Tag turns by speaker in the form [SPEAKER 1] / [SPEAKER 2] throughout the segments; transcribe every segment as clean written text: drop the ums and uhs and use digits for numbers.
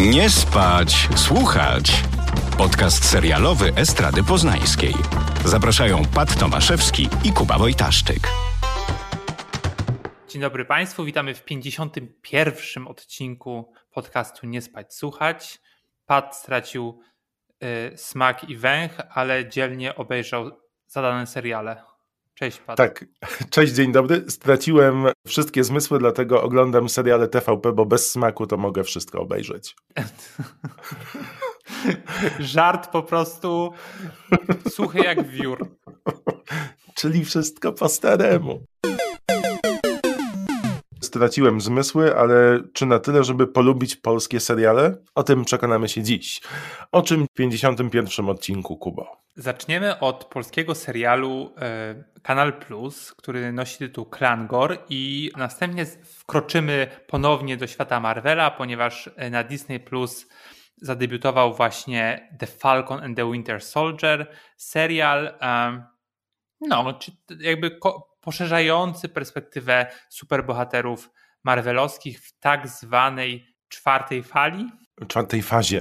[SPEAKER 1] Nie spać, słuchać. Podcast serialowy Estrady Poznańskiej. Zapraszają Pat Tomaszewski i Kuba Wojtaszczyk.
[SPEAKER 2] Dzień dobry Państwu, witamy w 51. odcinku podcastu Nie spać, słuchać. Pat stracił smak i węch, ale dzielnie obejrzał zadane seriale. Cześć Pat.
[SPEAKER 3] Tak, cześć, dzień dobry. Straciłem wszystkie zmysły, dlatego oglądam seriale TVP, bo bez smaku to mogę wszystko obejrzeć.
[SPEAKER 2] Żart po prostu suchy jak wiór.
[SPEAKER 3] Czyli wszystko po staremu. Straciłem zmysły, ale czy na tyle, żeby polubić polskie seriale? O tym przekonamy się dziś. O czym w 51. odcinku, Kubo?
[SPEAKER 2] Zaczniemy od polskiego serialu Kanal Plus, który nosi tytuł Klangor, i następnie wkroczymy ponownie do świata Marvela, ponieważ na Disney Plus zadebiutował właśnie The Falcon and the Winter Soldier, serial jakby poszerzający perspektywę superbohaterów marvelowskich w tak zwanej czwartej fali.
[SPEAKER 3] Czwartej fazie.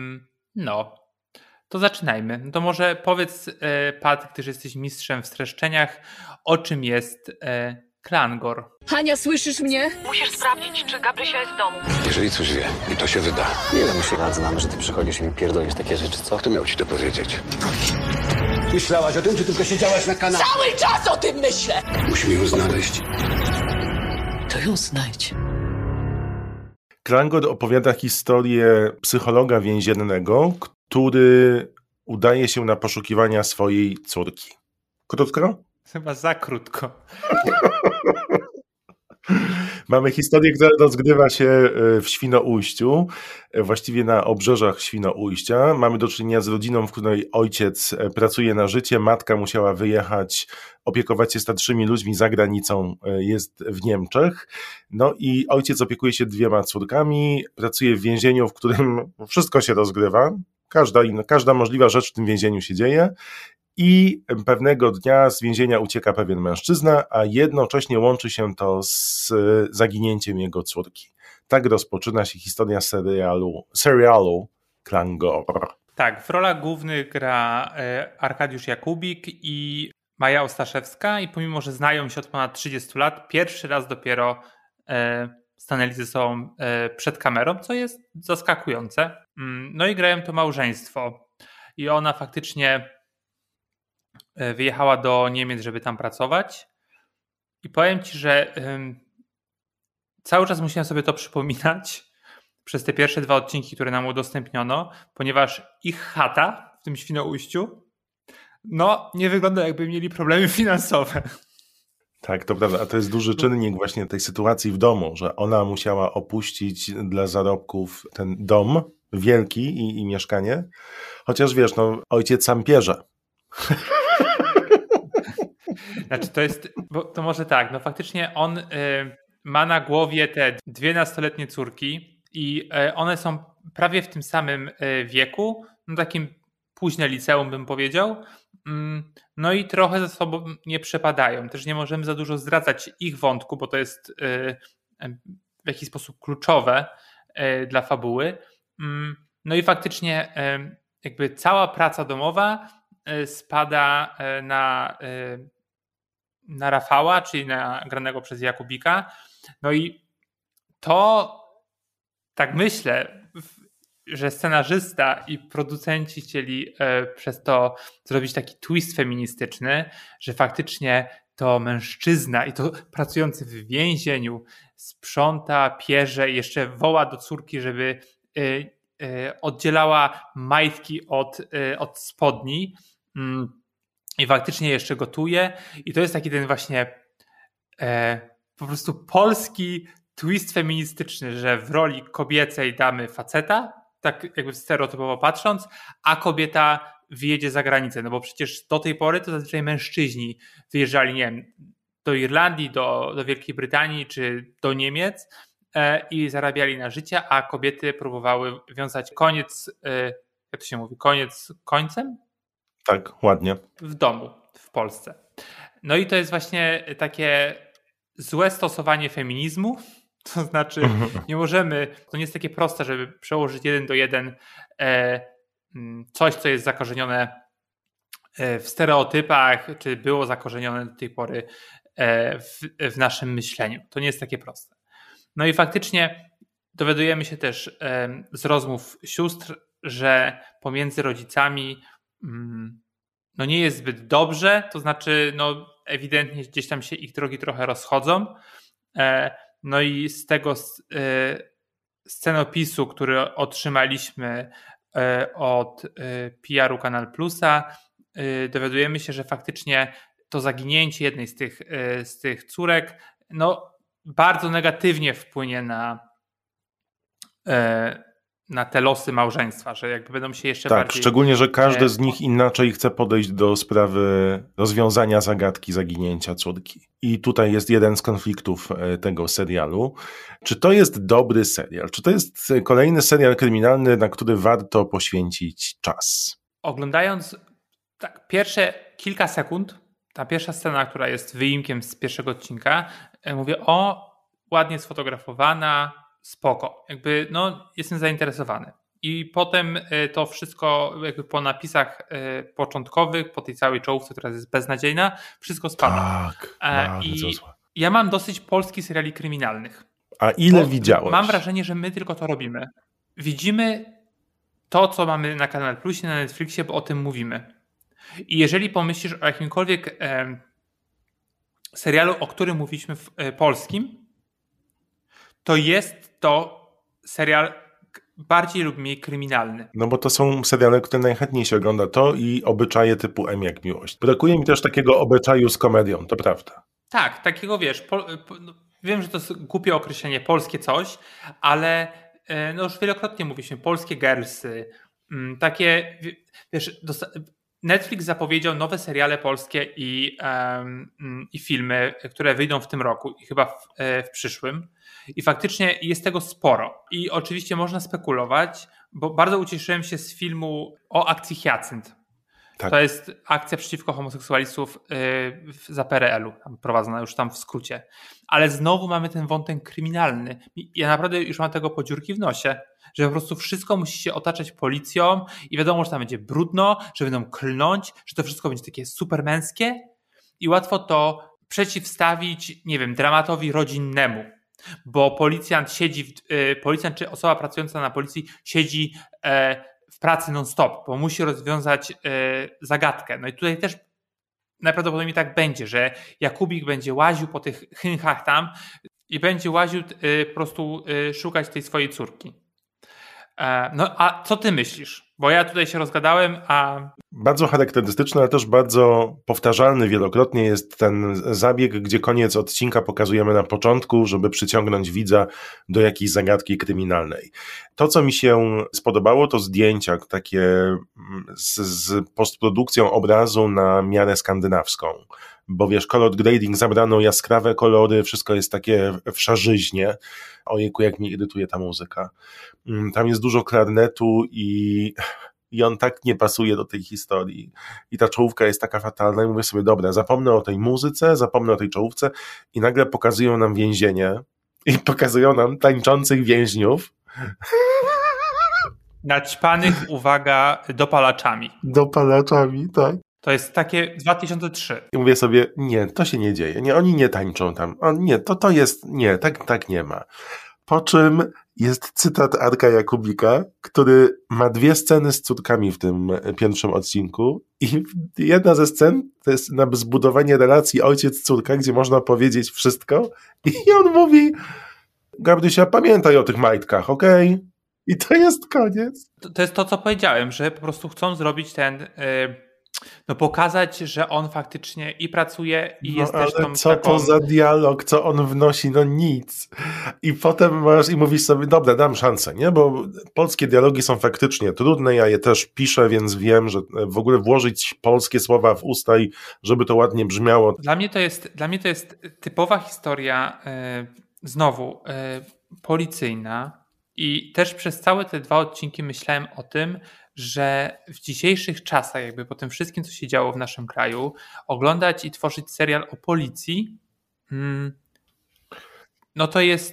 [SPEAKER 2] To zaczynajmy. To może powiedz, Pat, gdyż jesteś mistrzem w streszczeniach, o czym jest Klangor.
[SPEAKER 4] Hania, słyszysz mnie?
[SPEAKER 5] Musisz sprawdzić, czy Gabrysia jest w domu.
[SPEAKER 6] Jeżeli coś wie i to się wyda. Ile my się lat znamy, że ty przychodzisz i mi pierdolisz takie rzeczy, co? Kto miał ci to powiedzieć?
[SPEAKER 7] Myślałaś o tym, czy tylko siedziałaś na kanapie?
[SPEAKER 4] Cały czas o tym myślę!
[SPEAKER 6] Musimy ją znaleźć.
[SPEAKER 4] To ją znajdź.
[SPEAKER 3] Klangor opowiada historię psychologa więziennego, który udaje się na poszukiwania swojej córki. Krótko?
[SPEAKER 2] Chyba za krótko.
[SPEAKER 3] Mamy historię, która rozgrywa się w Świnoujściu, właściwie na obrzeżach Świnoujścia. Mamy do czynienia z rodziną, w której ojciec pracuje na życie, matka musiała wyjechać, opiekować się starszymi ludźmi za granicą, jest w Niemczech. No i ojciec opiekuje się 2 córkami, pracuje w więzieniu, w którym wszystko się rozgrywa. Każda możliwa rzecz w tym więzieniu się dzieje. I pewnego dnia z więzienia ucieka pewien mężczyzna, a jednocześnie łączy się to z zaginięciem jego córki. Tak rozpoczyna się historia serialu Klangor.
[SPEAKER 2] Tak, w rolach głównych gra Arkadiusz Jakubik i Maja Ostaszewska, i pomimo, że znają się od ponad 30 lat, pierwszy raz dopiero stanęli ze sobą przed kamerą, co jest zaskakujące. No i grają to małżeństwo. I ona faktycznie wyjechała do Niemiec, żeby tam pracować, i powiem Ci, że cały czas musiałem sobie to przypominać przez te pierwsze 2 odcinki, które nam udostępniono, ponieważ ich chata w tym Świnoujściu nie wygląda, jakby mieli problemy finansowe.
[SPEAKER 3] Tak, to prawda, a to jest duży czynnik właśnie tej sytuacji w domu, że ona musiała opuścić dla zarobków ten dom wielki i mieszkanie, chociaż wiesz, ojciec sam pierze.
[SPEAKER 2] Znaczy to może tak, faktycznie on ma na głowie te 2 nastoletnie córki i one są prawie w tym samym wieku, takim późne liceum bym powiedział, no i trochę ze sobą nie przepadają. Też nie możemy za dużo zdradzać ich wątku, bo to jest w jakiś sposób kluczowe dla fabuły. No i faktycznie jakby cała praca domowa spada na Rafała, czyli na granego przez Jakubika. No i to, tak myślę, że scenarzysta i producenci chcieli przez to zrobić taki twist feministyczny, że faktycznie to mężczyzna, i to pracujący w więzieniu, sprząta, pierze i jeszcze woła do córki, żeby oddzielała majtki od spodni, i faktycznie jeszcze gotuje, i to jest taki ten właśnie po prostu polski twist feministyczny, że w roli kobiecej damy faceta, tak jakby stereotypowo patrząc, a kobieta wyjedzie za granicę, bo przecież do tej pory to zazwyczaj mężczyźni wyjeżdżali, nie wiem, do Irlandii, do Wielkiej Brytanii czy do Niemiec i zarabiali na życie, a kobiety próbowały wiązać koniec, jak to się mówi, koniec końcem?
[SPEAKER 3] Tak, ładnie.
[SPEAKER 2] W domu, w Polsce. No i to jest właśnie takie złe stosowanie feminizmu, To znaczy nie możemy, to nie jest takie proste, żeby przełożyć 1:1 coś, co jest zakorzenione w stereotypach, czy było zakorzenione do tej pory w naszym myśleniu. To nie jest takie proste. No i faktycznie dowiadujemy się też z rozmów sióstr, że pomiędzy rodzicami no nie jest zbyt dobrze, to znaczy no ewidentnie gdzieś tam się ich drogi trochę rozchodzą. No i z tego scenopisu, który otrzymaliśmy od PR-u Kanal Plusa, dowiadujemy się, że faktycznie to zaginięcie jednej z tych córek no bardzo negatywnie wpłynie na te losy małżeństwa, że jakby będą się jeszcze bardziej...
[SPEAKER 3] Tak, szczególnie, że każdy z nich inaczej chce podejść do sprawy rozwiązania zagadki zaginięcia córki. I tutaj jest jeden z konfliktów tego serialu. Czy to jest dobry serial? Czy to jest kolejny serial kryminalny, na który warto poświęcić czas?
[SPEAKER 2] Oglądając tak pierwsze kilka sekund, ta pierwsza scena, która jest wyimkiem z pierwszego odcinka, mówię, ładnie sfotografowana, spoko. Jakby, no, jestem zainteresowany. I potem to wszystko jakby po napisach początkowych, po tej całej czołówce, która jest beznadziejna, wszystko spada.
[SPEAKER 3] Tak,
[SPEAKER 2] I ja mam dosyć polskich seriali kryminalnych.
[SPEAKER 3] A ile widziałeś?
[SPEAKER 2] Mam wrażenie, że my tylko to robimy. Widzimy to, co mamy na Kanal Plusie, na Netflixie, bo o tym mówimy. I jeżeli pomyślisz o jakimkolwiek serialu, o którym mówiliśmy w polskim, to jest to serial bardziej lub mniej kryminalny.
[SPEAKER 3] No bo to są seriale, które najchętniej się ogląda, to i obyczaje typu M jak miłość. Brakuje mi też takiego obyczaju z komedią, to prawda.
[SPEAKER 2] Tak, takiego wiesz, wiem, że to jest głupie określenie, polskie coś, ale no już wielokrotnie mówiliśmy, polskie girlsy, takie, wiesz, Netflix zapowiedział nowe seriale polskie i filmy, które wyjdą w tym roku i chyba w przyszłym. I faktycznie jest tego sporo. I oczywiście można spekulować, bo bardzo ucieszyłem się z filmu o akcji Hyacynt. Tak. To jest akcja przeciwko homoseksualistów za PRL-u, prowadzona już tam w skrócie. Ale znowu mamy ten wątek kryminalny. Ja naprawdę już mam tego podziurki w nosie, że po prostu wszystko musi się otaczać policją i wiadomo, że tam będzie brudno, że będą klnąć, że to wszystko będzie takie supermęskie i łatwo to przeciwstawić, nie wiem, dramatowi rodzinnemu. Bo policjant czy osoba pracująca na policji siedzi w pracy non-stop, bo musi rozwiązać zagadkę. No i tutaj też najprawdopodobniej tak będzie, że Jakubik będzie łaził po tych chynchach tam i będzie łaził po prostu szukać tej swojej córki. No a co ty myślisz? Bo ja tutaj się rozgadałem, a...
[SPEAKER 3] Bardzo charakterystyczny, ale też bardzo powtarzalny wielokrotnie jest ten zabieg, gdzie koniec odcinka pokazujemy na początku, żeby przyciągnąć widza do jakiejś zagadki kryminalnej. To, co mi się spodobało, to zdjęcia takie z postprodukcją obrazu na miarę skandynawską. Bo wiesz, color grading, zabrano jaskrawe kolory, wszystko jest takie w szarzyźnie. Ojejku, jak mnie irytuje ta muzyka. Tam jest dużo klarnetu i on tak nie pasuje do tej historii. I ta czołówka jest taka fatalna i mówię sobie, dobra, zapomnę o tej muzyce, zapomnę o tej czołówce i nagle pokazują nam więzienie i pokazują nam tańczących więźniów.
[SPEAKER 2] Naćpanych, uwaga, dopalaczami.
[SPEAKER 3] Dopalaczami, tak.
[SPEAKER 2] To jest takie 2003.
[SPEAKER 3] I mówię sobie, nie, to się nie dzieje. Nie, oni nie tańczą tam. Nie, to jest, nie, tak nie ma. Po czym jest cytat Arka Jakubika, który ma 2 sceny z córkami w tym pierwszym odcinku i jedna ze scen to jest na zbudowanie relacji ojciec-córka, gdzie można powiedzieć wszystko i on mówi, Gabrysia, pamiętaj o tych majtkach, okej? I to jest koniec.
[SPEAKER 2] To jest to, co powiedziałem, że po prostu chcą zrobić ten... No pokazać, że on faktycznie i pracuje i jest też tą
[SPEAKER 3] co to za dialog, co on wnosi, no nic. I potem masz i mówisz sobie, dobra, dam szansę, nie? Bo polskie dialogi są faktycznie trudne, ja je też piszę, więc wiem, że w ogóle włożyć polskie słowa w usta i żeby to ładnie brzmiało.
[SPEAKER 2] Dla mnie to jest typowa historia policyjna i też przez całe te 2 odcinki myślałem o tym, że w dzisiejszych czasach, jakby po tym wszystkim, co się działo w naszym kraju, oglądać i tworzyć serial o policji, no to jest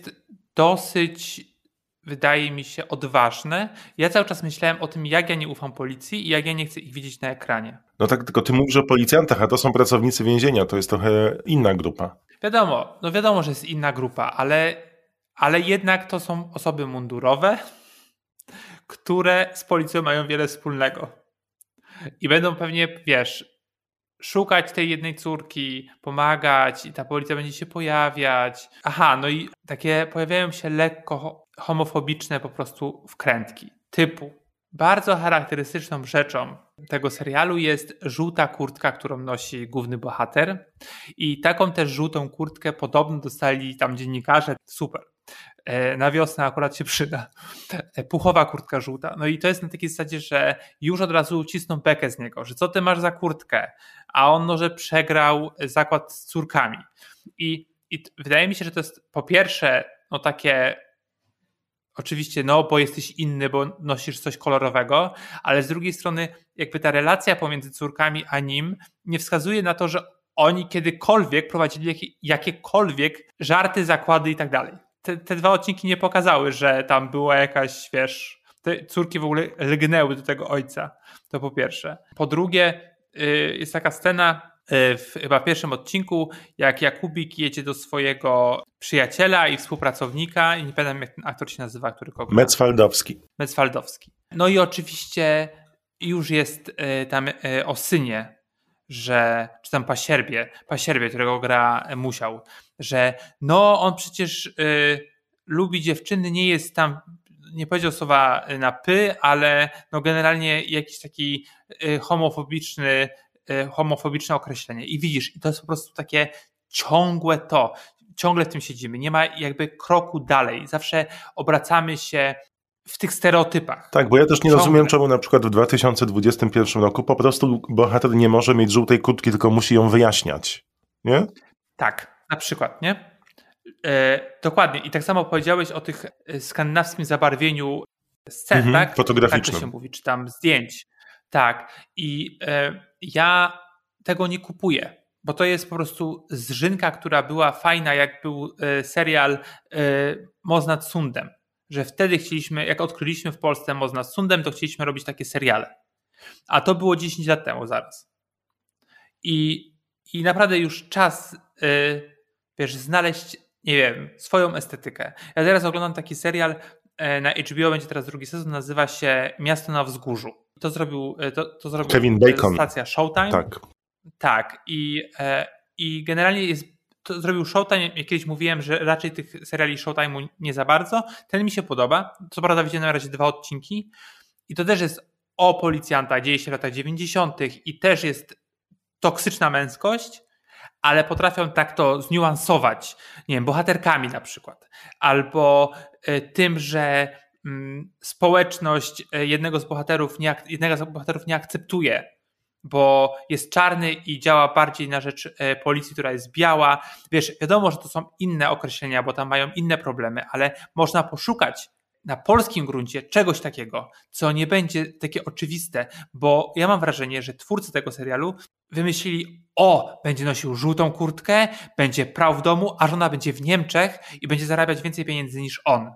[SPEAKER 2] dosyć, wydaje mi się, odważne. Ja cały czas myślałem o tym, jak ja nie ufam policji i jak ja nie chcę ich widzieć na ekranie.
[SPEAKER 3] No tak, tylko ty mówisz o policjantach, a to są pracownicy więzienia, to jest trochę inna grupa.
[SPEAKER 2] Wiadomo, że jest inna grupa, ale jednak to są osoby mundurowe, które z policją mają wiele wspólnego. I będą pewnie, szukać tej jednej córki, pomagać i ta policja będzie się pojawiać. Aha, no i takie pojawiają się lekko homofobiczne po prostu wkrętki. Typu, bardzo charakterystyczną rzeczą tego serialu jest żółta kurtka, którą nosi główny bohater. I taką też żółtą kurtkę podobno dostali tam dziennikarze. Super. Na wiosnę akurat się przyda. Puchowa kurtka żółta. No i to jest na takiej zasadzie, że już od razu cisną bekę z niego, że co ty masz za kurtkę? A on że przegrał zakład z córkami. I wydaje mi się, że to jest po pierwsze takie oczywiście bo jesteś inny, bo nosisz coś kolorowego, ale z drugiej strony jakby ta relacja pomiędzy córkami a nim nie wskazuje na to, że oni kiedykolwiek prowadzili jakiekolwiek żarty, zakłady i tak dalej. Te dwa odcinki nie pokazały, że tam była jakaś, te córki w ogóle lgnęły do tego ojca. To po pierwsze. Po drugie, jest taka scena chyba w pierwszym odcinku, jak Jakubik jedzie do swojego przyjaciela i współpracownika i nie pamiętam, jak ten aktor się nazywa, który kogo.
[SPEAKER 3] Metz-Faldowski.
[SPEAKER 2] No i oczywiście już jest tam o synie, czy tam pasierbie, którego gra Musiał, że on przecież lubi dziewczyny, nie jest tam, nie powiedział słowa na py, ale generalnie jakiś taki homofobiczne określenie. I widzisz, i to jest po prostu takie ciągle w tym siedzimy, nie ma jakby kroku dalej, zawsze obracamy się w tych stereotypach.
[SPEAKER 3] Tak, bo ja też nie rozumiem, czemu na przykład w 2021 roku po prostu bohater nie może mieć żółtej kurtki, tylko musi ją wyjaśniać, nie?
[SPEAKER 2] Tak, na przykład, nie? Dokładnie. I tak samo powiedziałeś o tych skandynawskim zabarwieniu scen, tak?
[SPEAKER 3] Fotograficznym.
[SPEAKER 2] Tak to się mówi, czy tam zdjęć. Tak. I ja tego nie kupuję, bo to jest po prostu zżynka, która była fajna, jak był serial Moc nad Sundem. Że wtedy chcieliśmy, jak odkryliśmy w Polsce Moc nad Sundem, to chcieliśmy robić takie seriale. A to było 10 lat temu zaraz. I naprawdę już czas, znaleźć, nie wiem, swoją estetykę. Ja teraz oglądam taki serial, na HBO będzie teraz drugi sezon, nazywa się Miasto na wzgórzu. To zrobił
[SPEAKER 3] Kevin Bacon.
[SPEAKER 2] Stacja Showtime. Tak. I generalnie to zrobił Showtime. Jak kiedyś mówiłem, że raczej tych seriali Showtime'u nie za bardzo. Ten mi się podoba. Co prawda widziałem na razie 2 odcinki. I to też jest o policjantach, dzieje się w latach 90. i też jest toksyczna męskość, ale potrafią tak to zniuansować, nie wiem, bohaterkami na przykład. Albo tym, że społeczność jednego z bohaterów nie akceptuje, bo jest czarny i działa bardziej na rzecz policji, która jest biała. Wiadomo, że to są inne określenia, bo tam mają inne problemy, ale można poszukać na polskim gruncie czegoś takiego, co nie będzie takie oczywiste, bo ja mam wrażenie, że twórcy tego serialu wymyślili, będzie nosił żółtą kurtkę, będzie prał w domu, a żona będzie w Niemczech i będzie zarabiać więcej pieniędzy niż on.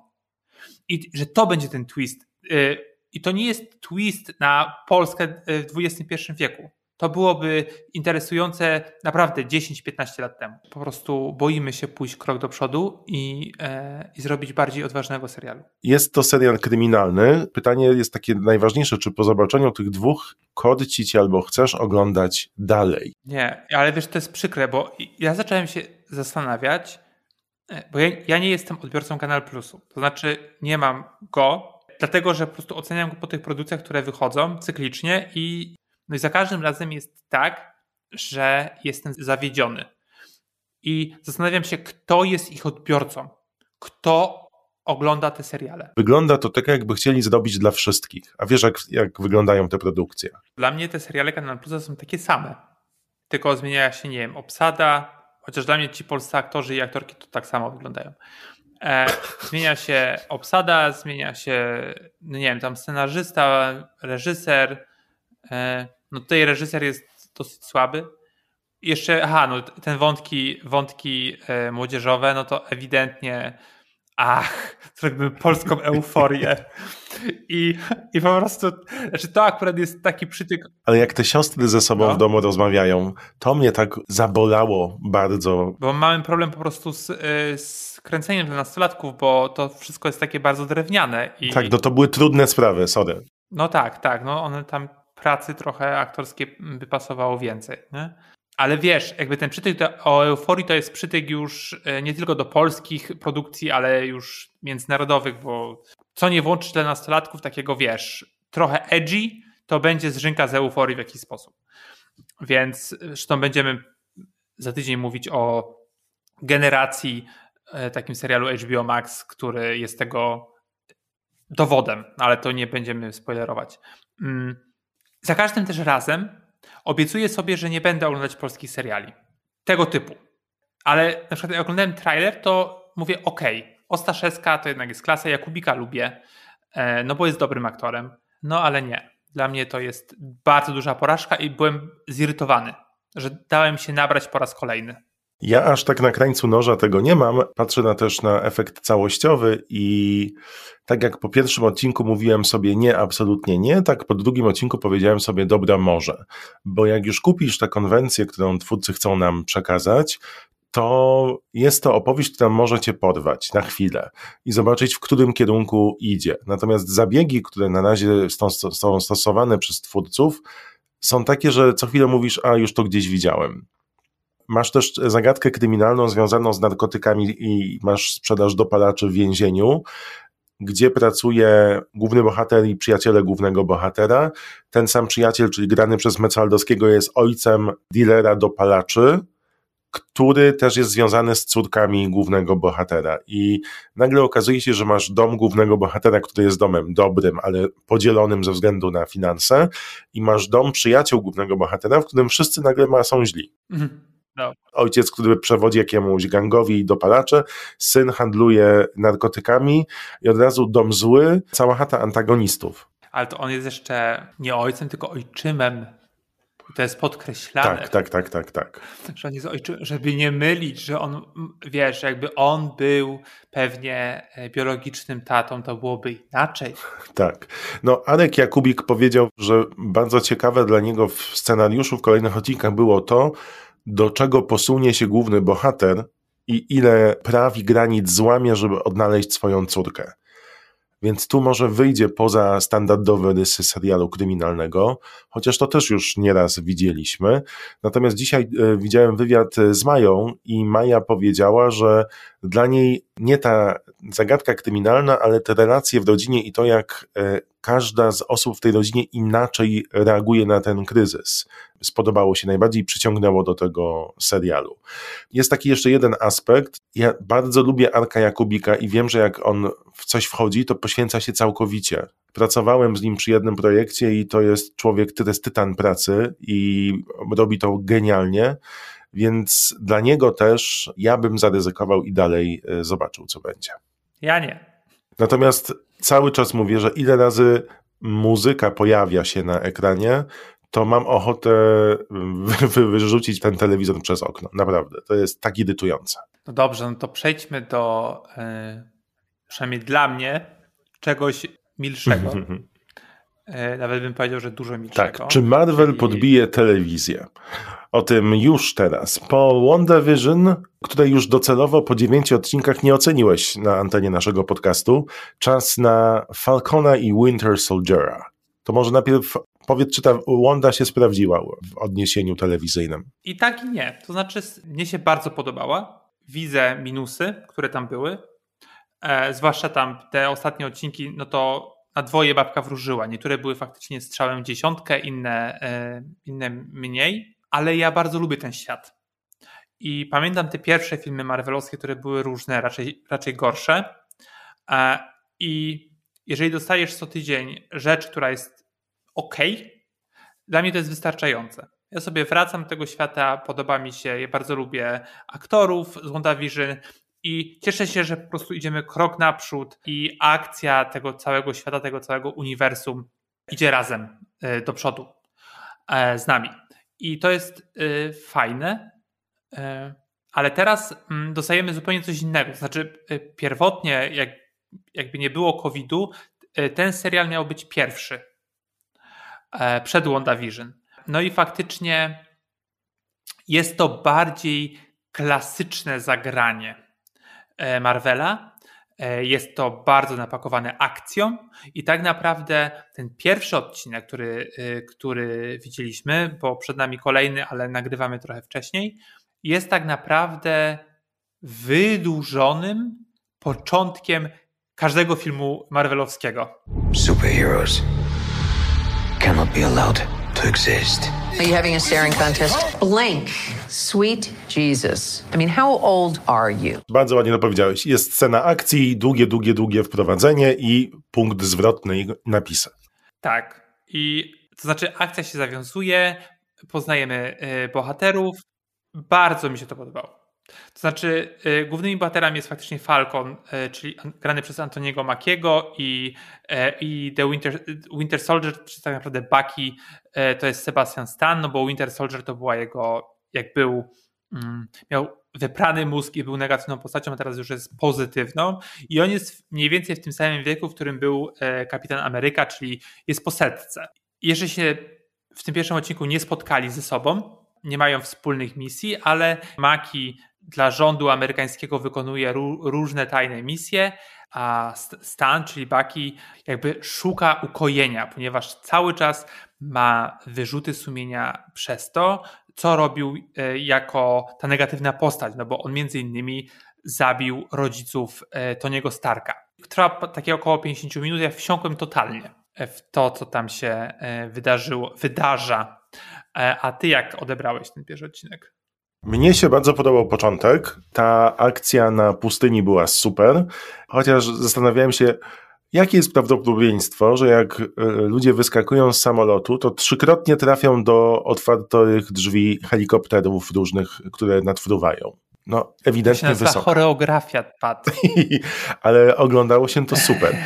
[SPEAKER 2] I że to będzie ten twist. I to nie jest twist na Polskę w XXI wieku. To byłoby interesujące naprawdę 10-15 lat temu. Po prostu boimy się pójść krok do przodu i zrobić bardziej odważnego serialu.
[SPEAKER 3] Jest to serial kryminalny. Pytanie jest takie najważniejsze, czy po zobaczeniu tych 2 korci cię albo chcesz oglądać dalej?
[SPEAKER 2] Nie, ale to jest przykre, bo ja zacząłem się zastanawiać, bo ja nie jestem odbiorcą Kanal Plusu. To znaczy nie mam go, dlatego że po prostu oceniam go po tych produkcjach, które wychodzą cyklicznie i za każdym razem jest tak, że jestem zawiedziony. I zastanawiam się, kto jest ich odbiorcą. Kto ogląda te seriale.
[SPEAKER 3] Wygląda to tak, jakby chcieli zrobić dla wszystkich. A wiesz, jak wyglądają te produkcje?
[SPEAKER 2] Dla mnie te seriale Kanal Plusa są takie same. Tylko zmienia się, nie wiem, obsada, chociaż dla mnie ci polscy aktorzy i aktorki to tak samo wyglądają. Zmienia się obsada, zmienia się, nie wiem, tam scenarzysta, reżyser. Tutaj reżyser jest dosyć słaby. Jeszcze, ten wątki młodzieżowe, to ewidentnie Zrobimy polską euforię. I po prostu, znaczy to akurat jest taki przytyk.
[SPEAKER 3] Ale jak te siostry ze sobą w domu rozmawiają, to mnie tak zabolało bardzo.
[SPEAKER 2] Bo mamy problem po prostu z kręceniem dla nastolatków, bo to wszystko jest takie bardzo drewniane.
[SPEAKER 3] Tak, to były trudne sprawy, sorry.
[SPEAKER 2] No tak, no one tam pracy trochę aktorskiej by pasowało więcej, nie? Ale wiesz, jakby ten przytyk o euforii to jest przytyk już nie tylko do polskich produkcji, ale już międzynarodowych, bo co nie włączysz dla nastolatków takiego, wiesz, trochę edgy, to będzie zżynka z euforii w jakiś sposób. Więc zresztą będziemy za tydzień mówić o generacji, takim serialu HBO Max, który jest tego dowodem, ale to nie będziemy spoilerować. Za każdym też razem obiecuję sobie, że nie będę oglądać polskich seriali. Tego typu. Ale na przykład jak oglądałem trailer, to mówię Ostaszewska to jednak jest klasa, Jakubika lubię, no bo jest dobrym aktorem. No ale nie. Dla mnie to jest bardzo duża porażka i byłem zirytowany, że dałem się nabrać po raz kolejny.
[SPEAKER 3] Ja aż tak na krańcu noża tego nie mam. Patrzę też na efekt całościowy i tak jak po pierwszym odcinku mówiłem sobie nie, absolutnie nie, tak po drugim odcinku powiedziałem sobie dobra, może. Bo jak już kupisz tę konwencję, którą twórcy chcą nam przekazać, to jest to opowieść, która może cię porwać na chwilę i zobaczyć, w którym kierunku idzie. Natomiast zabiegi, które na razie są stosowane przez twórców, są takie, że co chwilę mówisz, już to gdzieś widziałem. Masz też zagadkę kryminalną związaną z narkotykami i masz sprzedaż dopalaczy w więzieniu, gdzie pracuje główny bohater i przyjaciele głównego bohatera. Ten sam przyjaciel, czyli grany przez Mecaldowskiego, jest ojcem dealera dopalaczy, który też jest związany z córkami głównego bohatera. I nagle okazuje się, że masz dom głównego bohatera, który jest domem dobrym, ale podzielonym ze względu na finanse, i masz dom przyjaciół głównego bohatera, w którym wszyscy nagle są źli.
[SPEAKER 2] No.
[SPEAKER 3] Ojciec, który przewodzi jakiemuś gangowi i dopalacze, syn handluje narkotykami i od razu dom zły, cała chata antagonistów.
[SPEAKER 2] Ale to on jest jeszcze nie ojcem, tylko ojczymem. To jest podkreślane.
[SPEAKER 3] Tak.
[SPEAKER 2] Że on jest ojczymem, żeby nie mylić, że on, wiesz, jakby on był pewnie biologicznym tatą, to byłoby inaczej.
[SPEAKER 3] Tak. No, Arek Jakubik powiedział, że bardzo ciekawe dla niego w scenariuszu w kolejnych odcinkach było to, do czego posunie się główny bohater i ile praw i granic złamie, żeby odnaleźć swoją córkę. Więc tu może wyjdzie poza standardowe rysy serialu kryminalnego, chociaż to też już nieraz widzieliśmy. Natomiast dzisiaj widziałem wywiad z Mają i Maja powiedziała, że dla niej nie ta zagadka kryminalna, ale te relacje w rodzinie i to, jak każda z osób w tej rodzinie inaczej reaguje na ten kryzys, spodobało się najbardziej i przyciągnęło do tego serialu. Jest taki jeszcze jeden aspekt. Ja bardzo lubię Arka Jakubika i wiem, że jak on w coś wchodzi, to poświęca się całkowicie. Pracowałem z nim przy jednym projekcie i to jest człowiek, który jest tytan pracy i robi to genialnie, więc dla niego też ja bym zaryzykował i dalej zobaczył, co będzie.
[SPEAKER 2] Ja nie.
[SPEAKER 3] Natomiast cały czas mówię, że ile razy muzyka pojawia się na ekranie, to mam ochotę wyrzucić ten telewizor przez okno. Naprawdę, to jest tak irytujące.
[SPEAKER 2] No dobrze, no to przejdźmy do, przynajmniej dla mnie, czegoś milszego. Nawet bym powiedział, że dużo milszego.
[SPEAKER 3] Tak, czy Marvel podbije telewizję? O tym już teraz. Po WandaVision, której już docelowo po 9 odcinkach nie oceniłeś na antenie naszego podcastu, czas na Falcona i Winter Soldiera. To może najpierw powiedz, czy ta Wanda się sprawdziła w odniesieniu telewizyjnym.
[SPEAKER 2] I tak i nie. To znaczy, mnie się bardzo podobała. Widzę minusy, które tam były. Zwłaszcza tam te ostatnie odcinki, no to na dwoje babka wróżyła. Niektóre były faktycznie strzałem w dziesiątkę, inne mniej. Ale ja bardzo lubię ten świat. I pamiętam te pierwsze filmy marvelowskie, które były różne, raczej gorsze. I jeżeli dostajesz co tydzień rzecz, która jest dla mnie to jest wystarczające. Ja sobie wracam do tego świata, podoba mi się, ja bardzo lubię aktorów z WandaVision i cieszę się, że po prostu idziemy krok naprzód i akcja tego całego świata, tego całego uniwersum idzie razem do przodu z nami. I to jest fajne, Ale teraz dostajemy zupełnie coś innego. To znaczy pierwotnie, jakby nie było COVID-u, ten serial miał być pierwszy przed WandaVision. No i faktycznie jest to bardziej klasyczne zagranie Marvela. Jest to bardzo napakowane akcją i tak naprawdę ten pierwszy odcinek, który widzieliśmy, bo przed nami kolejny, ale nagrywamy trochę wcześniej, jest tak naprawdę wydłużonym początkiem każdego filmu marvelowskiego.
[SPEAKER 8] Superheroes cannot be allowed to exist.
[SPEAKER 4] Are you having a staring contest? Blank. Sweet Jesus. I mean, how old are you?
[SPEAKER 3] Bardzo ładnie to powiedziałeś. Jest scena akcji, długie wprowadzenie i punkt zwrotny i napisy.
[SPEAKER 2] Tak. I to znaczy akcja się zawiązuje, poznajemy bohaterów. Bardzo mi się to podobało. To znaczy głównymi bohaterami jest faktycznie Falcon, czyli grany przez Antoniego Mackiego i The Winter Soldier, czy tak naprawdę Bucky, to jest Sebastian Stan, no bo Winter Soldier to była jego, miał wyprany mózg i był negatywną postacią, a teraz już jest pozytywną i on jest mniej więcej w tym samym wieku, w którym był Kapitan Ameryka, czyli jest po setce. Jeszcze się w tym pierwszym odcinku nie spotkali ze sobą, nie mają wspólnych misji, ale Mackie dla rządu amerykańskiego wykonuje różne tajne misje, a Stan, czyli Bucky, jakby szuka ukojenia, ponieważ cały czas ma wyrzuty sumienia przez to, co robił jako ta negatywna postać, no bo on między innymi zabił rodziców Tony'ego Starka. Trwa takie około 50 minut, ja wsiąkłem totalnie w to, co tam się wydarza. A ty jak odebrałeś ten pierwszy odcinek?
[SPEAKER 3] Mnie się bardzo podobał początek. Ta akcja na pustyni była super, chociaż zastanawiałem się, jakie jest prawdopodobieństwo, że jak ludzie wyskakują z samolotu, to 3-krotnie trafią do otwartych drzwi helikopterów różnych, które nadfruwają. No, ewidentnie wysoko. To się nazywa
[SPEAKER 2] choreografia, Pat.
[SPEAKER 3] Ale oglądało się to super.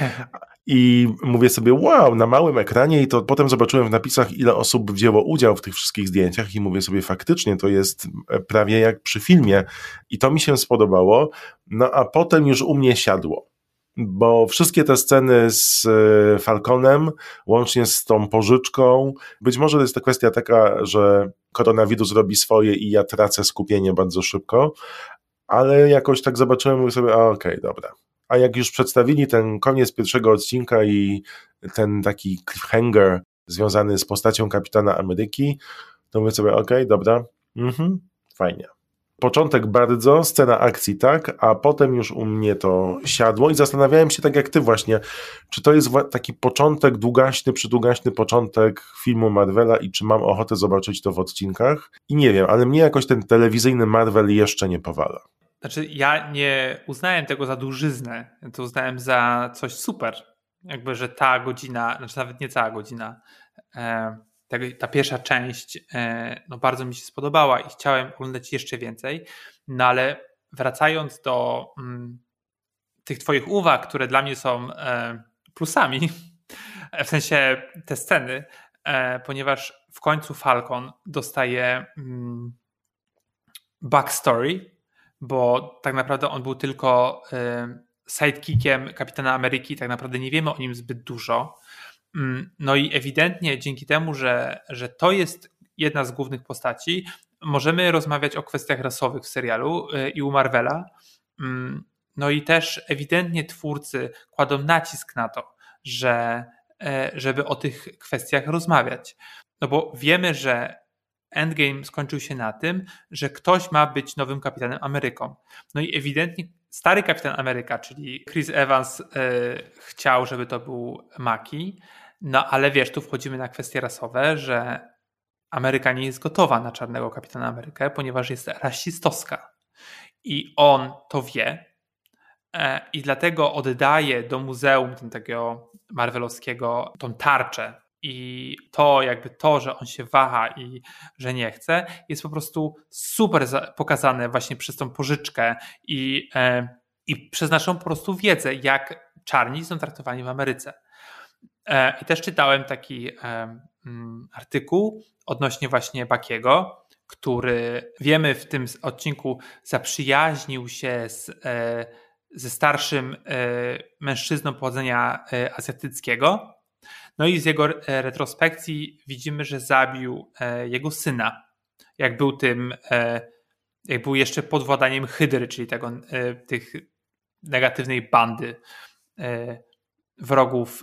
[SPEAKER 3] I mówię sobie, wow, na małym ekranie i to potem zobaczyłem w napisach, ile osób wzięło udział w tych wszystkich zdjęciach i mówię sobie, faktycznie to jest prawie jak przy filmie i to mi się spodobało, no a potem już u mnie siadło, bo wszystkie te sceny z Falconem, łącznie z tą pożyczką, być może to jest to kwestia taka, że koronawirus robi swoje i ja tracę skupienie bardzo szybko, ale jakoś tak zobaczyłem i mówię sobie, okej, dobra. A jak już przedstawili ten koniec pierwszego odcinka i ten taki cliffhanger związany z postacią Kapitana Ameryki, to mówię sobie, okej, dobra, fajnie. Początek bardzo, scena akcji tak, a potem już u mnie to siadło i zastanawiałem się tak jak ty właśnie, czy to jest taki początek przydługaśny początek filmu Marvela i czy mam ochotę zobaczyć to w odcinkach. I nie wiem, ale mnie jakoś ten telewizyjny Marvel jeszcze nie powala.
[SPEAKER 2] Znaczy ja nie uznałem tego za dużyznę, to uznałem za coś super. Jakby, że ta godzina, znaczy nawet nie cała godzina, ta pierwsza część no bardzo mi się spodobała i chciałem oglądać jeszcze więcej. No ale wracając do tych twoich uwag, które dla mnie są plusami, w sensie te sceny, ponieważ w końcu Falcon dostaje backstory, bo tak naprawdę on był tylko sidekickiem Kapitana Ameryki, tak naprawdę nie wiemy o nim zbyt dużo. No i ewidentnie dzięki temu, że to jest jedna z głównych postaci, możemy rozmawiać o kwestiach rasowych w serialu i u Marvela. No i też ewidentnie twórcy kładą nacisk na to, żeby o tych kwestiach rozmawiać. No bo wiemy, że Endgame skończył się na tym, że ktoś ma być nowym Kapitanem Ameryką. No i ewidentnie stary Kapitan Ameryka, czyli Chris Evans chciał, żeby to był Mackie, no ale wiesz, tu wchodzimy na kwestie rasowe, że Ameryka nie jest gotowa na czarnego Kapitana Amerykę, ponieważ jest rasistowska. I on to wie i dlatego oddaje do muzeum takiego marvelowskiego tą tarczę. I to jakby to, że on się waha i że nie chce, jest po prostu super pokazane właśnie przez tą pożyczkę i przez naszą po prostu wiedzę, jak czarni są traktowani w Ameryce. I też czytałem taki artykuł odnośnie właśnie Buckiego, który wiemy w tym odcinku zaprzyjaźnił się ze starszym mężczyzną pochodzenia azjatyckiego. No i z jego retrospekcji widzimy, że zabił jego syna, jak był jeszcze pod władaniem Hydry, czyli tych negatywnej bandy wrogów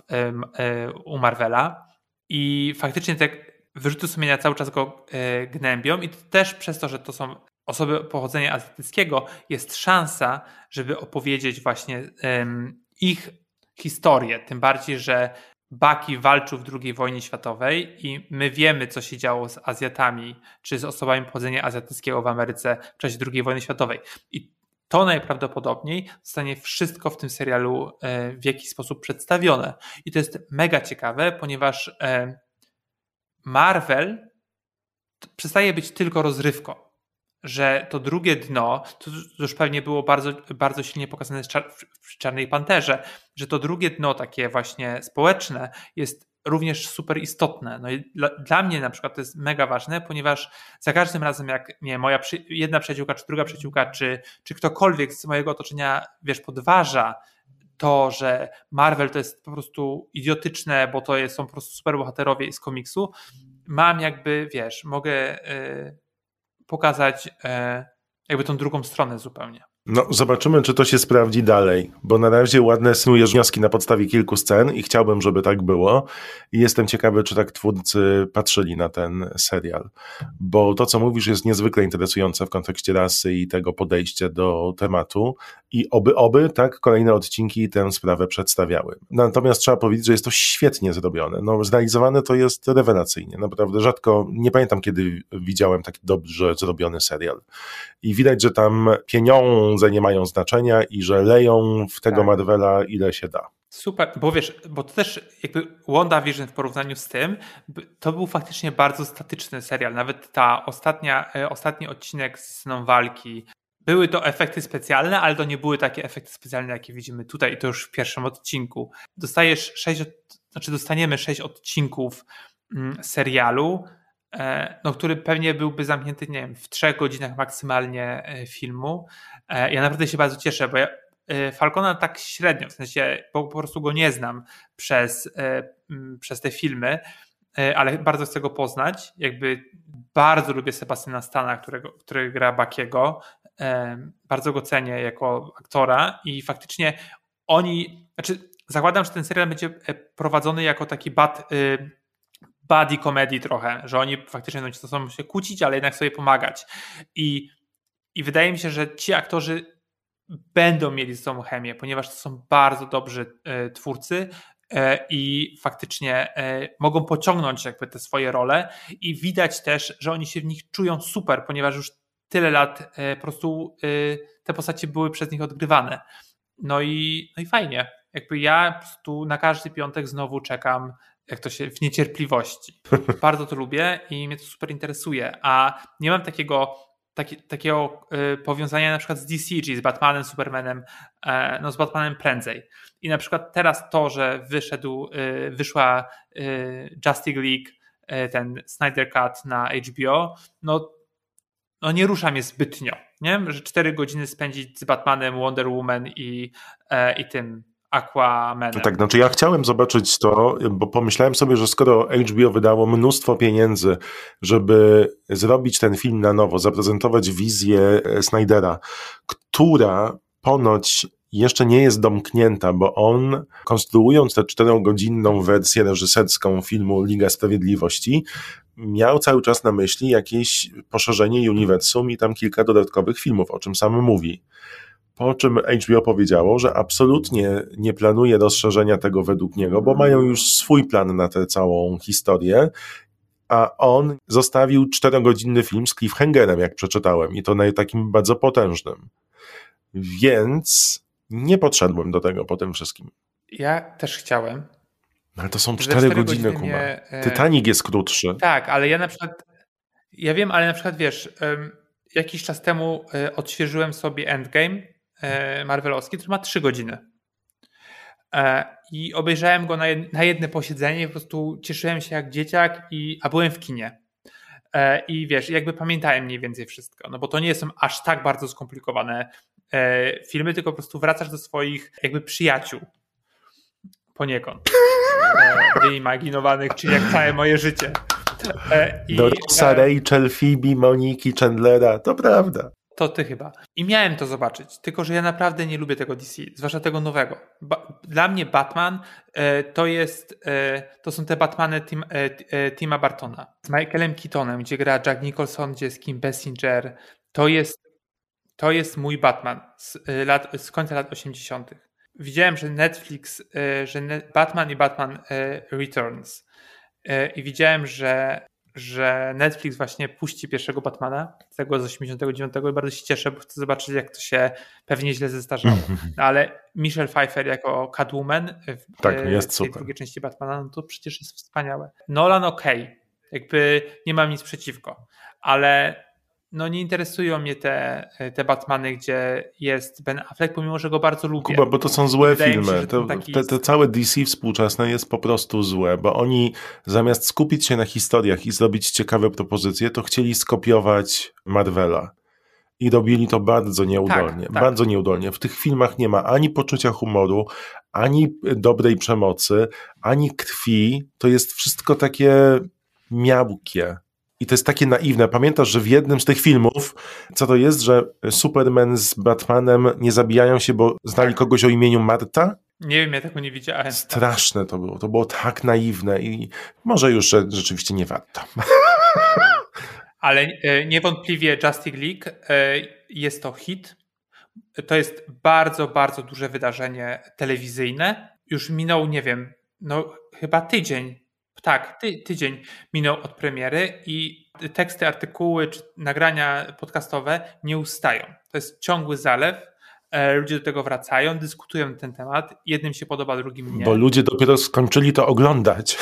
[SPEAKER 2] u Marvela. I faktycznie te wyrzuty sumienia cały czas go gnębią i to też przez to, że to są osoby pochodzenia azjatyckiego, jest szansa, żeby opowiedzieć właśnie ich historię. Tym bardziej, że Bucky walczył w II wojnie światowej i my wiemy, co się działo z Azjatami, czy z osobami pochodzenia azjatyckiego w Ameryce w czasie II wojny światowej. I to najprawdopodobniej zostanie wszystko w tym serialu w jakiś sposób przedstawione. I to jest mega ciekawe, ponieważ Marvel przestaje być tylko rozrywką. Że to drugie dno, to już pewnie było bardzo, bardzo silnie pokazane w Czarnej Panterze, że to drugie dno takie właśnie społeczne jest również super istotne. No i dla mnie na przykład to jest mega ważne, ponieważ za każdym razem jak moja jedna przyjaciółka, czy druga przyjaciółka, czy ktokolwiek z mojego otoczenia, podważa to, że Marvel to jest po prostu idiotyczne, bo są po prostu superbohaterowie z komiksu, mam mogę pokazać tą drugą stronę zupełnie.
[SPEAKER 3] No, zobaczymy, czy to się sprawdzi dalej, bo na razie ładne snujesz wnioski na podstawie kilku scen i chciałbym, żeby tak było. I jestem ciekawy, czy tak twórcy patrzyli na ten serial, bo to, co mówisz, jest niezwykle interesujące w kontekście rasy i tego podejścia do tematu i oby tak kolejne odcinki tę sprawę przedstawiały. Natomiast trzeba powiedzieć, że jest to świetnie zrobione. No, zrealizowane to jest rewelacyjnie. Naprawdę rzadko, nie pamiętam, kiedy widziałem taki dobrze zrobiony serial. I widać, że tam pieniądze nie mają znaczenia i że leją w tego Marvela ile się da.
[SPEAKER 2] Super, bo to też WandaVision w porównaniu z tym, to był faktycznie bardzo statyczny serial. Nawet ostatni odcinek z sceną walki, były to efekty specjalne, ale to nie były takie efekty specjalne, jakie widzimy tutaj i to już w pierwszym odcinku. Dostaniemy 6 odcinków serialu, który pewnie byłby zamknięty, w 3 godzinach maksymalnie filmu. Ja naprawdę się bardzo cieszę, bo ja Falcona tak średnio, w sensie po prostu go nie znam przez te filmy, ale bardzo chcę go poznać. Bardzo lubię Sebastiana Stana, który gra Buckiego. Bardzo go cenię jako aktora i faktycznie zakładam, że ten serial będzie prowadzony jako taki buddy comedy trochę, że oni faktycznie będą ze sobą się kłócić, ale jednak sobie pomagać. I wydaje mi się, że ci aktorzy będą mieli ze sobą chemię, ponieważ to są bardzo dobrzy twórcy i faktycznie mogą pociągnąć te swoje role i widać też, że oni się w nich czują super, ponieważ już tyle lat po prostu te postacie były przez nich odgrywane. No i fajnie. Ja po prostu na każdy piątek znowu czekam w niecierpliwości. Bardzo to lubię i mnie to super interesuje, a nie mam takiego powiązania na przykład z DC, czyli z Batmanem, Supermanem, z Batmanem prędzej. I na przykład teraz to, że wyszła Justice League, ten Snyder Cut na HBO, no nie rusza mnie zbytnio, nie? Że 4 godziny spędzić z Batmanem, Wonder Woman i tym Aquamanem.
[SPEAKER 3] Tak, znaczy ja chciałem zobaczyć to, bo pomyślałem sobie, że skoro HBO wydało mnóstwo pieniędzy, żeby zrobić ten film na nowo, zaprezentować wizję Snydera, która ponoć jeszcze nie jest domknięta, bo on, konstruując tę 4-godzinną wersję reżyserską filmu Liga Sprawiedliwości, miał cały czas na myśli jakieś poszerzenie uniwersum i tam kilka dodatkowych filmów, o czym sam mówi. Po czym HBO powiedziało, że absolutnie nie planuje rozszerzenia tego według niego, bo mają już swój plan na tę całą historię, a on zostawił 4-godzinny film z cliffhangerem, jak przeczytałem, i to takim bardzo potężnym. Więc nie podszedłem do tego po tym wszystkim.
[SPEAKER 2] Ja też chciałem.
[SPEAKER 3] Ale to są 4 godziny, Kuba. Titanic jest krótszy.
[SPEAKER 2] Tak, ale ja wiem, ale na przykład jakiś czas temu odświeżyłem sobie Endgame marvelowski, który ma 3 godziny. I obejrzałem go na jedno posiedzenie, po prostu cieszyłem się jak dzieciak, a byłem w kinie. I wiesz, jakby pamiętałem mniej więcej wszystko, no bo to nie są aż tak bardzo skomplikowane filmy, tylko po prostu wracasz do swoich jakby przyjaciół poniekąd wyimaginowanych, czyli jak całe moje życie.
[SPEAKER 3] Do Rossa, Rachel, Phoebe, Moniki, Chandlera, to prawda.
[SPEAKER 2] To ty chyba. I miałem to zobaczyć, tylko że ja naprawdę nie lubię tego DC, zwłaszcza tego nowego. Dla mnie Batman to są te Batmany Tima Burtona z Michaelem Keatonem, gdzie gra Jack Nicholson, gdzie jest Kim Basinger. To jest mój Batman z końca lat 80. Widziałem, że Netflix, Batman i Batman Returns i widziałem, że Netflix właśnie puści pierwszego Batmana, tego z 89 i bardzo się cieszę, bo chcę zobaczyć, jak to się pewnie źle zestarzało. No, ale Michelle Pfeiffer jako Catwoman w tej drugiej części Batmana, no to przecież jest wspaniałe. Nolan jakby nie mam nic przeciwko, ale no nie interesują mnie te Batmany, gdzie jest Ben Affleck, pomimo że go bardzo lubię.
[SPEAKER 3] Kuba, bo to są złe filmy. Te całe DC współczesne jest po prostu złe, bo oni zamiast skupić się na historiach i zrobić ciekawe propozycje, to chcieli skopiować Marvela. I robili to bardzo nieudolnie. Tak. Bardzo nieudolnie. W tych filmach nie ma ani poczucia humoru, ani dobrej przemocy, ani krwi. To jest wszystko takie miałkie. I to jest takie naiwne. Pamiętasz, że w jednym z tych filmów, co to jest, że Superman z Batmanem nie zabijają się, bo znali kogoś o imieniu Marta?
[SPEAKER 2] Nie wiem, ja tego nie widziałem.
[SPEAKER 3] Straszne to było. To było tak naiwne i może już rzeczywiście nie warto.
[SPEAKER 2] Ale niewątpliwie Justice League jest to hit. To jest bardzo, bardzo duże wydarzenie telewizyjne. Już minął, nie wiem, no chyba tydzień. Tak, tydzień minął od premiery i teksty, artykuły czy nagrania podcastowe nie ustają. To jest ciągły zalew. Ludzie do tego wracają, dyskutują na ten temat. Jednym się podoba, drugim nie.
[SPEAKER 3] Bo ludzie dopiero skończyli to oglądać.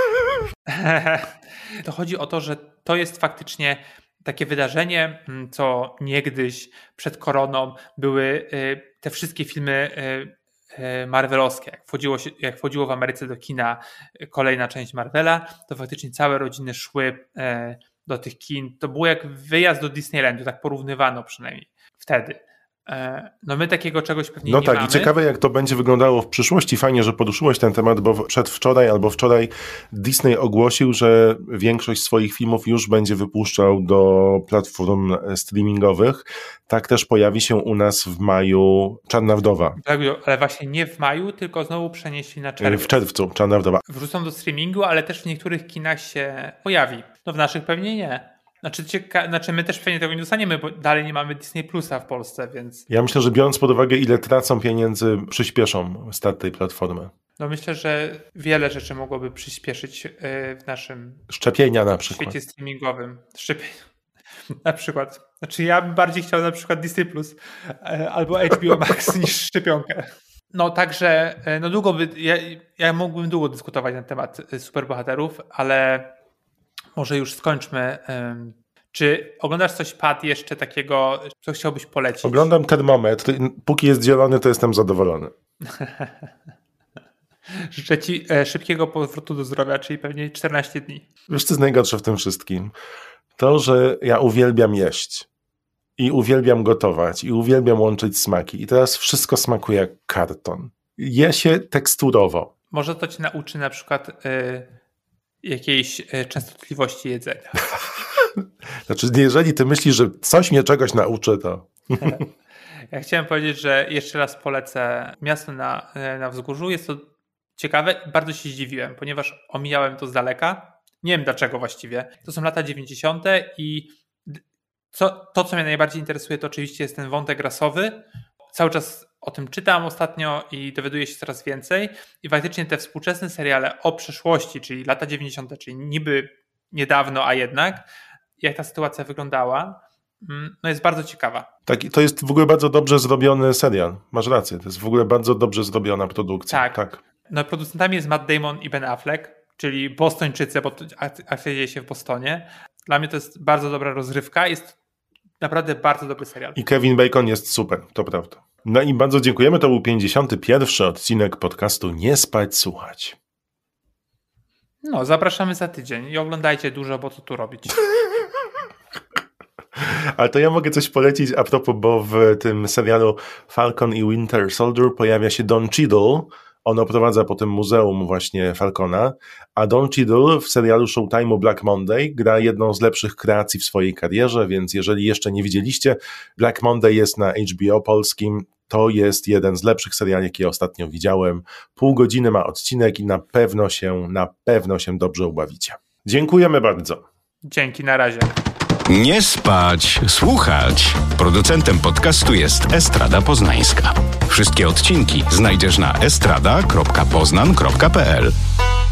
[SPEAKER 2] To chodzi o to, że to jest faktycznie takie wydarzenie, co niegdyś przed koroną były te wszystkie filmy marvelowskie. Jak wchodziło w Ameryce do kina kolejna część Marvela, to faktycznie całe rodziny szły do tych kin. To było jak wyjazd do Disneylandu, tak porównywano przynajmniej wtedy. No my takiego czegoś pewnie nie mamy.
[SPEAKER 3] I ciekawe jak to będzie wyglądało w przyszłości. Fajnie, że poruszyłeś ten temat, bo przedwczoraj albo wczoraj Disney ogłosił, że większość swoich filmów już będzie wypuszczał do platform streamingowych. Tak też pojawi się u nas w maju Czarna Wdowa.
[SPEAKER 2] Tak, ale właśnie nie w maju, tylko znowu przenieśli na czerwiec.
[SPEAKER 3] W czerwcu Czarna Wdowa.
[SPEAKER 2] Wrzucą do streamingu, ale też w niektórych kinach się pojawi. No w naszych pewnie nie. Znaczy my też pewnie tego nie dostaniemy, bo dalej nie mamy Disney Plusa w Polsce, więc...
[SPEAKER 3] Ja myślę, że biorąc pod uwagę, ile tracą pieniędzy, przyspieszą start tej platformy.
[SPEAKER 2] No myślę, że wiele rzeczy mogłoby przyspieszyć w naszym...
[SPEAKER 3] Szczepienia na przykład.
[SPEAKER 2] Świecie streamingowym. Szczepienia. Na przykład. Znaczy ja bym bardziej chciał na przykład Disney Plus albo HBO Max niż szczepionkę. No także, no długo ja mógłbym długo dyskutować na temat superbohaterów, ale może już skończmy. Czy oglądasz coś, Pat, jeszcze takiego, co chciałbyś polecić?
[SPEAKER 3] Oglądam Termometr. Póki jest zielony, to jestem zadowolony.
[SPEAKER 2] Życzę ci szybkiego powrotu do zdrowia, czyli pewnie 14 dni.
[SPEAKER 3] Wiesz, co jest najgorsze w tym wszystkim? To, że ja uwielbiam jeść i uwielbiam gotować i uwielbiam łączyć smaki i teraz wszystko smakuje jak karton. Je się teksturowo.
[SPEAKER 2] Może to cię nauczy na przykład jakiejś częstotliwości jedzenia.
[SPEAKER 3] Znaczy, jeżeli ty myślisz, że coś mnie czegoś nauczy, to...
[SPEAKER 2] Ja chciałem powiedzieć, że jeszcze raz polecę Miasto na Wzgórzu. Jest to ciekawe i bardzo się zdziwiłem, ponieważ omijałem to z daleka. Nie wiem dlaczego właściwie. To są lata 90. i to, co mnie najbardziej interesuje, to oczywiście jest ten wątek rasowy. Cały czas o tym czytam ostatnio i dowiaduję się coraz więcej. I faktycznie te współczesne seriale o przeszłości, czyli lata 90., czyli niby niedawno, a jednak, jak ta sytuacja wyglądała, no jest bardzo ciekawa.
[SPEAKER 3] Tak, to jest w ogóle bardzo dobrze zrobiony serial. Masz rację, to jest w ogóle bardzo dobrze zrobiona produkcja.
[SPEAKER 2] Tak. No producentami jest Matt Damon i Ben Affleck, czyli Bostończycy, bo akcja dzieje się w Bostonie. Dla mnie to jest bardzo dobra rozrywka, jest naprawdę bardzo dobry serial.
[SPEAKER 3] I Kevin Bacon jest super, to prawda. No i bardzo dziękujemy, to był 51. odcinek podcastu Nie spać, słuchać.
[SPEAKER 2] No, zapraszamy za tydzień i oglądajcie dużo, bo co tu robić.
[SPEAKER 3] Ale to ja mogę coś polecić a propos, bo w tym serialu Falcon i Winter Soldier pojawia się Don Cheadle. On oprowadza potem muzeum właśnie Falcona, a Don Cheadle w serialu Showtime'u Black Monday gra jedną z lepszych kreacji w swojej karierze, więc jeżeli jeszcze nie widzieliście, Black Monday jest na HBO polskim, to jest jeden z lepszych seriali, jakie ostatnio widziałem. Pół godziny ma odcinek i na pewno się dobrze ubawicie. Dziękujemy bardzo.
[SPEAKER 2] Dzięki, na razie.
[SPEAKER 1] Nie spać, słuchać. Producentem podcastu jest Estrada Poznańska. Wszystkie odcinki znajdziesz na estrada.poznan.pl.